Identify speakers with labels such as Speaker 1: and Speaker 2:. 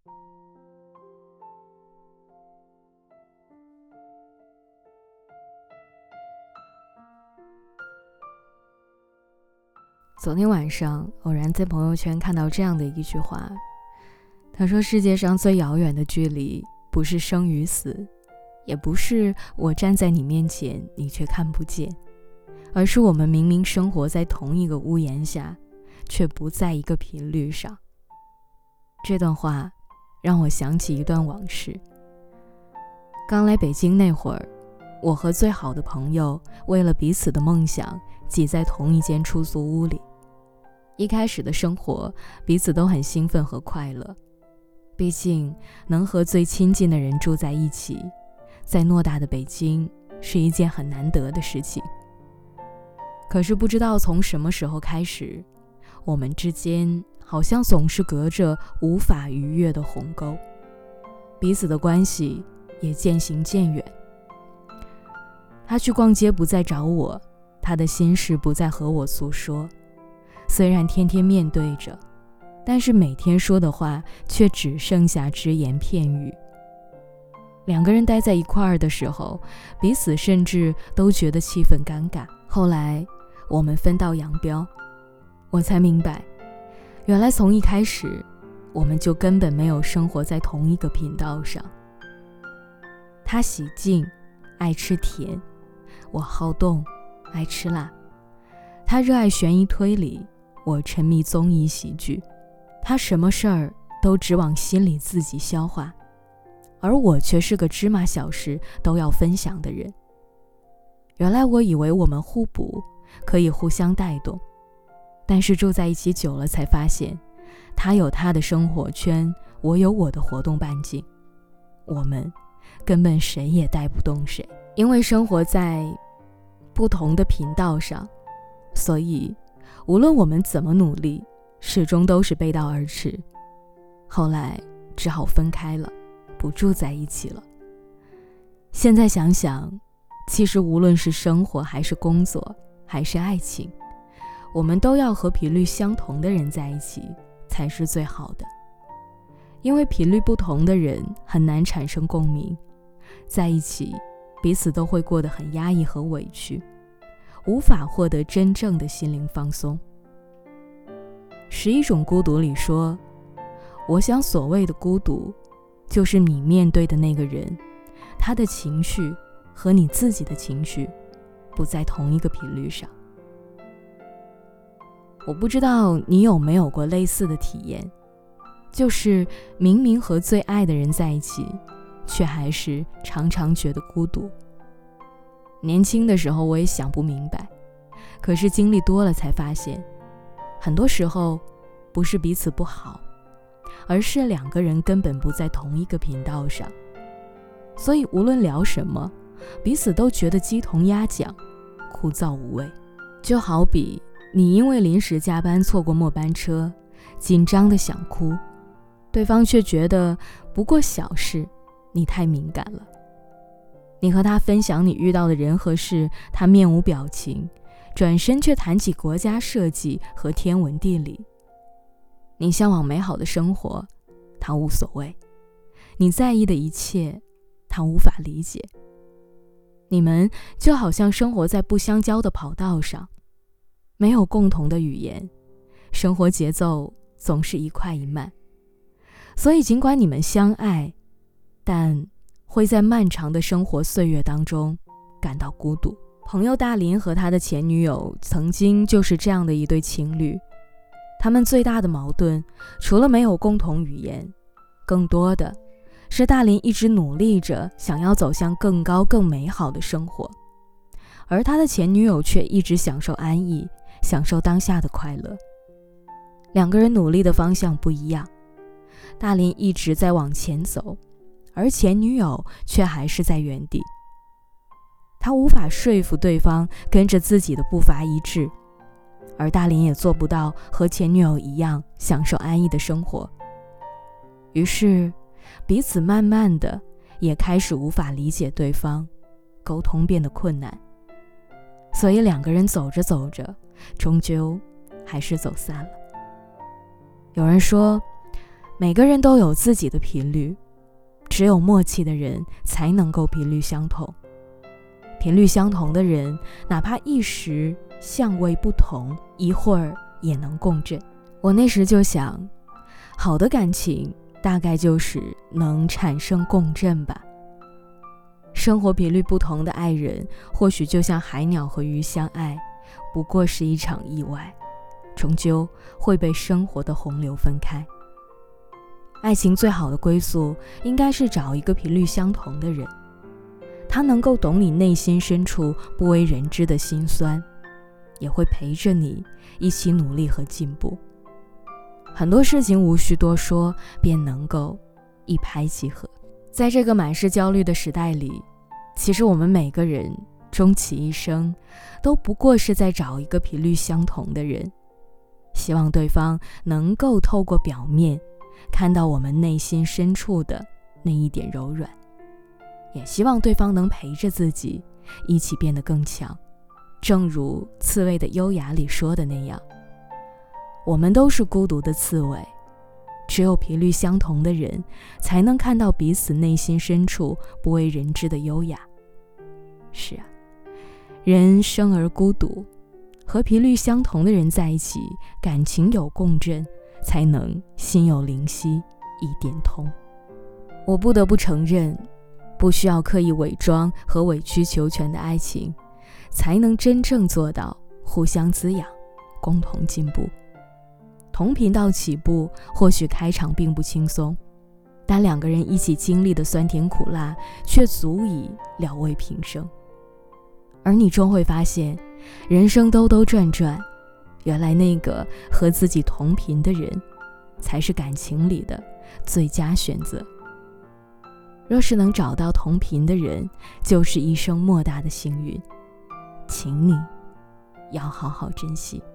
Speaker 1: 昨天晚上偶然在朋友圈看到这样的一句话，他说世界上最遥远的距离不是生与死，也不是我站在你面前你却看不见，而是我们明明生活在同一个屋檐下，却不在一个频率上。这段话让我想起一段往事。刚来北京那会儿，我和最好的朋友为了彼此的梦想挤在同一间出租屋里。一开始的生活，彼此都很兴奋和快乐，毕竟能和最亲近的人住在一起，在偌大的北京是一件很难得的事情。可是不知道从什么时候开始，我们之间好像总是隔着无法逾越的鸿沟，彼此的关系也渐行渐远。他去逛街不再找我，他的心事不再和我诉说，虽然天天面对着，但是每天说的话却只剩下只言片语。两个人待在一块儿的时候，彼此甚至都觉得气氛尴尬。后来我们分道扬镳，我才明白，原来从一开始我们就根本没有生活在同一个频道上。他喜静，爱吃甜，我好动，爱吃辣。他热爱悬疑推理，我沉迷综艺喜剧。他什么事儿都只往心里自己消化，而我却是个芝麻小事都要分享的人。原来我以为我们互补，可以互相带动，但是住在一起久了才发现，他有他的生活圈，我有我的活动半径，我们根本谁也带不动谁。因为生活在不同的频道上，所以无论我们怎么努力，始终都是背道而驰。后来只好分开了，不住在一起了。现在想想，其实无论是生活还是工作还是爱情，我们都要和频率相同的人在一起才是最好的。因为频率不同的人很难产生共鸣，在一起彼此都会过得很压抑和委屈，无法获得真正的心灵放松。11种孤独里说，我想所谓的孤独，就是你面对的那个人，他的情绪和你自己的情绪不在同一个频率上。我不知道你有没有过类似的体验，就是明明和最爱的人在一起，却还是常常觉得孤独。年轻的时候我也想不明白，可是经历多了才发现，很多时候不是彼此不好，而是两个人根本不在同一个频道上。所以无论聊什么，彼此都觉得鸡同鸭讲，枯燥无味。就好比你因为临时加班错过末班车，紧张的想哭，对方却觉得不过小事，你太敏感了。你和他分享你遇到的人和事，他面无表情，转身却谈起国家设计和天文地理。你向往美好的生活，他无所谓；你在意的一切，他无法理解。你们就好像生活在不相交的跑道上，没有共同的语言，生活节奏总是一快一慢。所以尽管你们相爱，但会在漫长的生活岁月当中感到孤独。朋友大林和他的前女友曾经就是这样的一对情侣，他们最大的矛盾除了没有共同语言，更多的是大林一直努力着想要走向更高更美好的生活，而他的前女友却一直享受安逸，享受当下的快乐。两个人努力的方向不一样，大林一直在往前走，而前女友却还是在原地。他无法说服对方跟着自己的步伐一致，而大林也做不到和前女友一样享受安逸的生活。于是彼此慢慢的也开始无法理解对方，沟通变得困难。所以两个人走着走着，终究还是走散了。有人说， 每个人都有自己的频率，只有默契的人才能够频率相同。频率相同的人，哪怕一时相位不同，一会儿也能共振。我那时就想，好的感情大概就是能产生共振吧。生活频率不同的爱人，或许就像海鸟和鱼相爱，不过是一场意外，终究会被生活的洪流分开。爱情最好的归宿，应该是找一个频率相同的人，他能够懂你内心深处不为人知的辛酸，也会陪着你一起努力和进步。很多事情无需多说，便能够一拍即合。在这个满是焦虑的时代里，其实我们每个人终其一生，都不过是在找一个频率相同的人，希望对方能够透过表面看到我们内心深处的那一点柔软，也希望对方能陪着自己一起变得更强。正如刺猬的优雅里说的那样，我们都是孤独的刺猬，只有频率相同的人，才能看到彼此内心深处不为人知的优雅。是啊，人生而孤独，和频率相同的人在一起，感情有共振，才能心有灵犀一点通。我不得不承认，不需要刻意伪装和委曲求全的爱情，才能真正做到互相滋养，共同进步。同频道起步，或许开场并不轻松，但两个人一起经历的酸甜苦辣，却足以了慰平生。而你终会发现，人生兜兜转转，原来那个和自己同频的人，才是感情里的最佳选择。若是能找到同频的人，就是一生莫大的幸运，请你要好好珍惜。